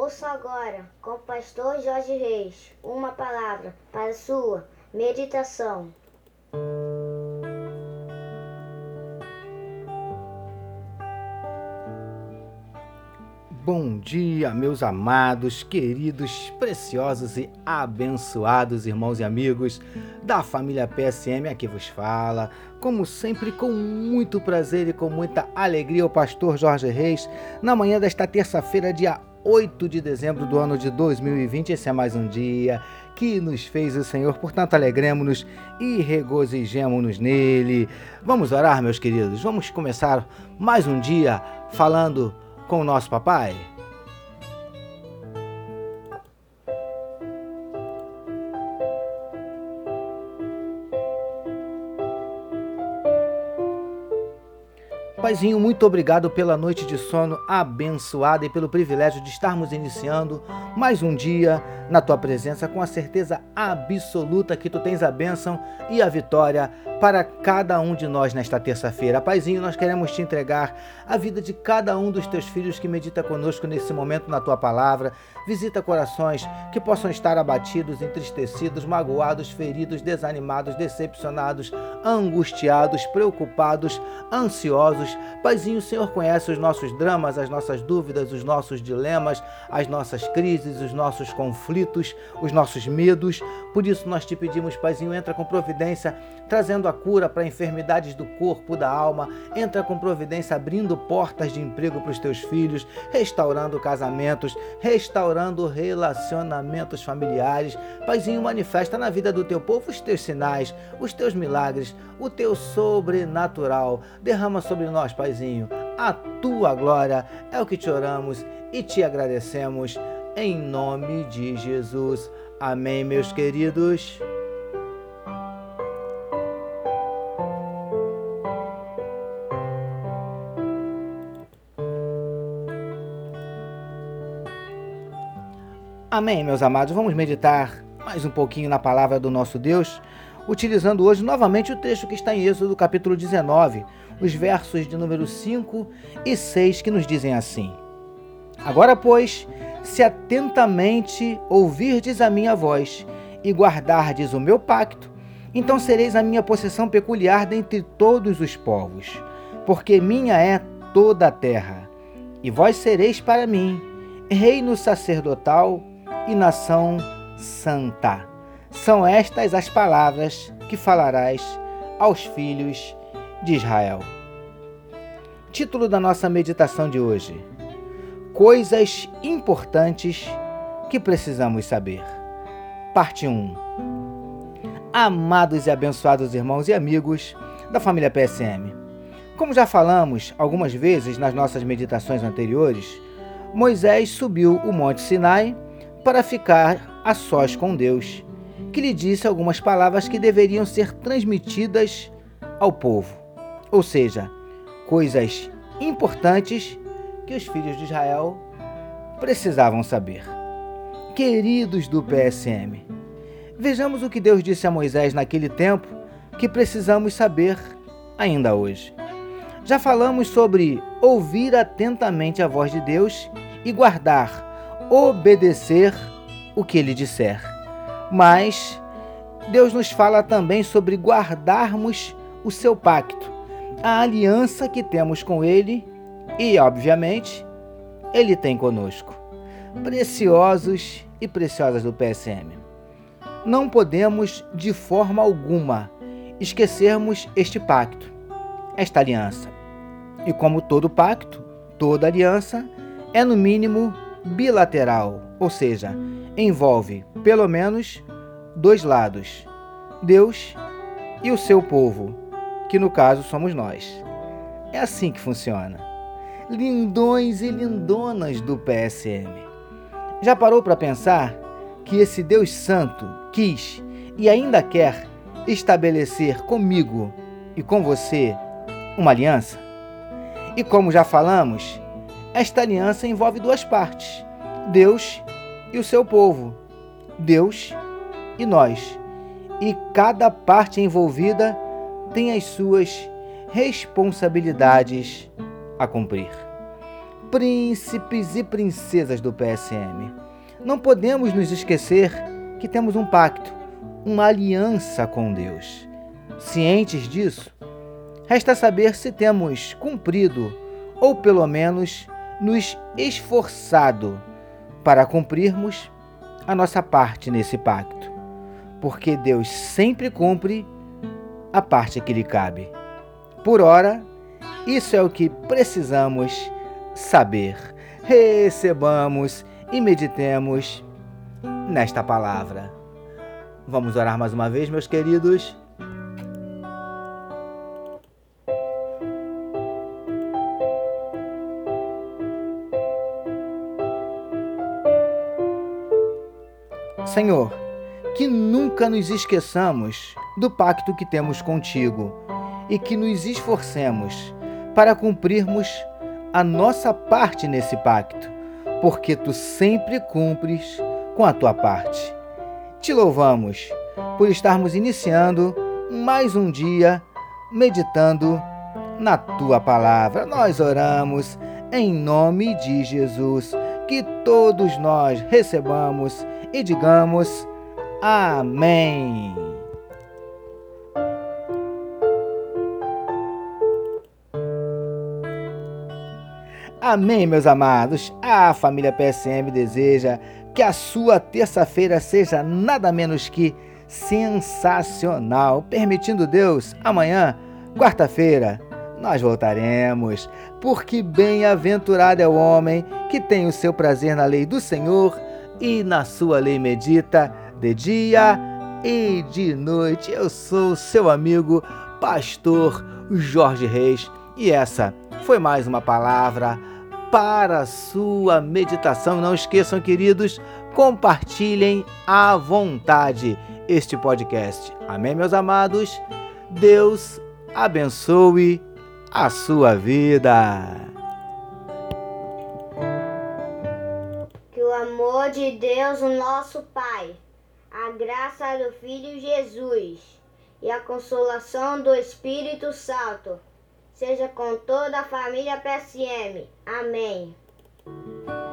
Ouça agora, com o pastor Jorge Reis, uma palavra para sua meditação. Bom dia, meus amados, queridos, preciosos e abençoados irmãos e amigos da família PSM, aqui vos fala, como sempre, com muito prazer e com muita alegria, o pastor Jorge Reis, na manhã desta terça-feira, dia 8 de dezembro do ano de 2020. Esse é mais um dia que nos fez o Senhor, portanto alegremos-nos e regozijemo-nos nele. Vamos orar, meus queridos, vamos começar mais um dia falando com o nosso papai. Paizinho, muito obrigado pela noite de sono abençoada e pelo privilégio de estarmos iniciando mais um dia na Tua presença, com a certeza absoluta que Tu tens a bênção e a vitória para cada um de nós nesta terça-feira. Paizinho, nós queremos Te entregar a vida de cada um dos Teus filhos que medita conosco nesse momento na Tua palavra. Visita corações que possam estar abatidos, entristecidos, magoados, feridos, desanimados, decepcionados, angustiados, preocupados, ansiosos. Paizinho, o Senhor conhece os nossos dramas, as nossas dúvidas, os nossos dilemas, as nossas crises, os nossos conflitos, os nossos medos. Por isso nós Te pedimos, Paizinho, entra com providência, trazendo a cura para enfermidades do corpo, da alma. Entra com providência, abrindo portas de emprego para os Teus filhos, restaurando casamentos, restaurando relacionamentos familiares. Paizinho, manifesta na vida do Teu povo os Teus sinais, os Teus milagres, o Teu sobrenatural. Derrama sobre nós, Paizinho, a Tua glória. É o que Te oramos e Te agradecemos em nome de Jesus. Amém, meus queridos. Amém, meus amados. Vamos meditar mais um pouquinho na palavra do nosso Deus, utilizando hoje novamente o trecho que está em Êxodo, capítulo 19, os versos de número 5 e 6, que nos dizem assim: Agora, pois, se atentamente ouvirdes a minha voz e guardardes o meu pacto, então sereis a minha possessão peculiar dentre todos os povos, porque minha é toda a terra, e vós sereis para mim reino sacerdotal e nação santa. São estas as palavras que falarás aos filhos de Israel. Título da nossa meditação de hoje: Coisas importantes que precisamos saber. Parte 1. Amados e abençoados irmãos e amigos da família PSM. Como já falamos algumas vezes nas nossas meditações anteriores, Moisés subiu o Monte Sinai para ficar a sós com Deus, que lhe disse algumas palavras que deveriam ser transmitidas ao povo, ou seja, coisas importantes que os filhos de Israel precisavam saber. Queridos do PSM, vejamos o que Deus disse a Moisés naquele tempo que precisamos saber ainda hoje. Já falamos sobre ouvir atentamente a voz de Deus e guardar, obedecer o que Ele disser. Mas Deus nos fala também sobre guardarmos o seu pacto, a aliança que temos com Ele e, obviamente, Ele tem conosco. Preciosos e preciosas do PSM, não podemos de forma alguma esquecermos este pacto, esta aliança. E como todo pacto, toda aliança é no mínimo bilateral, ou seja, envolve pelo menos dois lados, Deus e o seu povo, que no caso somos nós. É assim que funciona. Lindões e lindonas do PSM. Já parou para pensar que esse Deus Santo quis e ainda quer estabelecer comigo e com você uma aliança? E como já falamos, esta aliança envolve duas partes, Deus e o seu povo, Deus e nós. E cada parte envolvida tem as suas responsabilidades a cumprir. príncipes e princesas do PSM, não podemos nos esquecer que temos um pacto, uma aliança com Deus. Cientes disso, resta saber se temos cumprido ou pelo menos nos esforçado para cumprirmos a nossa parte nesse pacto, porque Deus sempre cumpre a parte que lhe cabe. Por ora, isso é o que precisamos saber. Recebamos e meditemos nesta palavra. Vamos orar mais uma vez, meus queridos. Senhor, que nunca nos esqueçamos do pacto que temos contigo e que nos esforcemos para cumprirmos a nossa parte nesse pacto, porque tu sempre cumpres com a tua parte. Te louvamos por estarmos iniciando mais um dia meditando na tua palavra. Nós oramos em nome de Jesus, que todos nós recebamos e digamos amém. Amém, meus amados. A família PSM deseja que a sua terça-feira seja nada menos que sensacional. Permitindo Deus, amanhã, quarta-feira, nós voltaremos, porque bem-aventurado é o homem que tem o seu prazer na lei do Senhor e na sua lei medita de dia e de noite. Eu sou seu amigo, pastor Jorge Reis, e essa foi mais uma palavra para a sua meditação. Não esqueçam, queridos, compartilhem à vontade este podcast. Amém, meus amados? Deus abençoe a sua vida. Que o amor de Deus, o nosso Pai, a graça do Filho Jesus e a consolação do Espírito Santo seja com toda a família PSM. Amém.